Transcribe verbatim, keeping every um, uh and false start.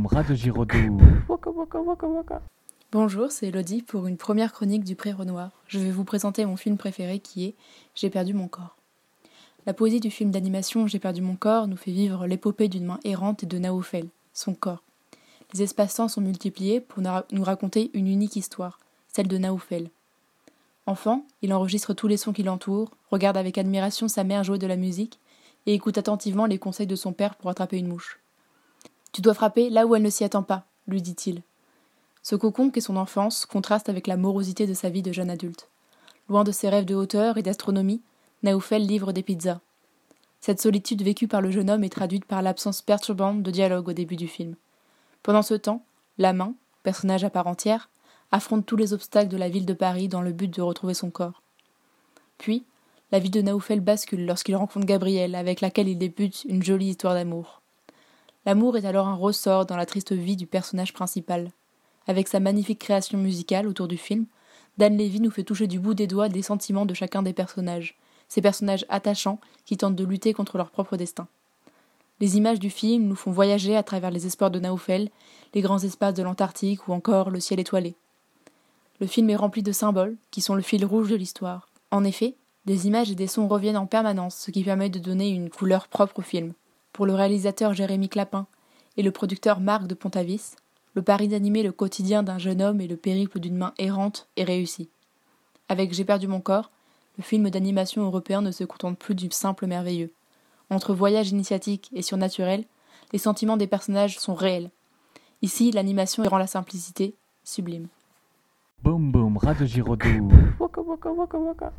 boum, Radio Giraudoux. Waka waka waka waka. Bonjour, c'est Elodie pour une première chronique du Pré-Renoir. Je vais vous présenter mon film préféré qui est J'ai perdu mon corps. La poésie du film d'animation J'ai perdu mon corps nous fait vivre l'épopée d'une main errante et de Naoufel, son corps. Les espaces-temps sont multipliés pour nous raconter une unique histoire, celle de Naoufel. Enfant, il enregistre tous les sons qui l'entourent, regarde avec admiration sa mère jouer de la musique et écoute attentivement les conseils de son père pour attraper une mouche. « Tu dois frapper là où elle ne s'y attend pas », lui dit-il. Ce cocon qu'est son enfance contraste avec la morosité de sa vie de jeune adulte. Loin de ses rêves de hauteur et d'astronomie, Naoufel livre des pizzas. Cette solitude vécue par le jeune homme est traduite par l'absence perturbante de dialogue au début du film. Pendant ce temps, la main, personnage à part entière, affronte tous les obstacles de la ville de Paris dans le but de retrouver son corps. Puis, la vie de Naoufel bascule lorsqu'il rencontre Gabrielle, avec laquelle il débute une jolie histoire d'amour. L'amour est alors un ressort dans la triste vie du personnage principal. Avec sa magnifique création musicale autour du film, Dan Levy nous fait toucher du bout des doigts des sentiments de chacun des personnages, ces personnages attachants qui tentent de lutter contre leur propre destin. Les images du film nous font voyager à travers les espoirs de Naoufel, les grands espaces de l'Antarctique ou encore le ciel étoilé. Le film est rempli de symboles qui sont le fil rouge de l'histoire. En effet, des images et des sons reviennent en permanence, ce qui permet de donner une couleur propre au film. Pour le réalisateur Jérémy Clapin et le producteur Marc de Pontavis, le pari d'animer le quotidien d'un jeune homme et le périple d'une main errante est réussi. Avec J'ai perdu mon corps, le film d'animation européen ne se contente plus du simple merveilleux. Entre voyage initiatique et surnaturel, les sentiments des personnages sont réels. Ici, l'animation rend la simplicité sublime. Boum boum, Radio Giraudoux. Waka waka waka waka.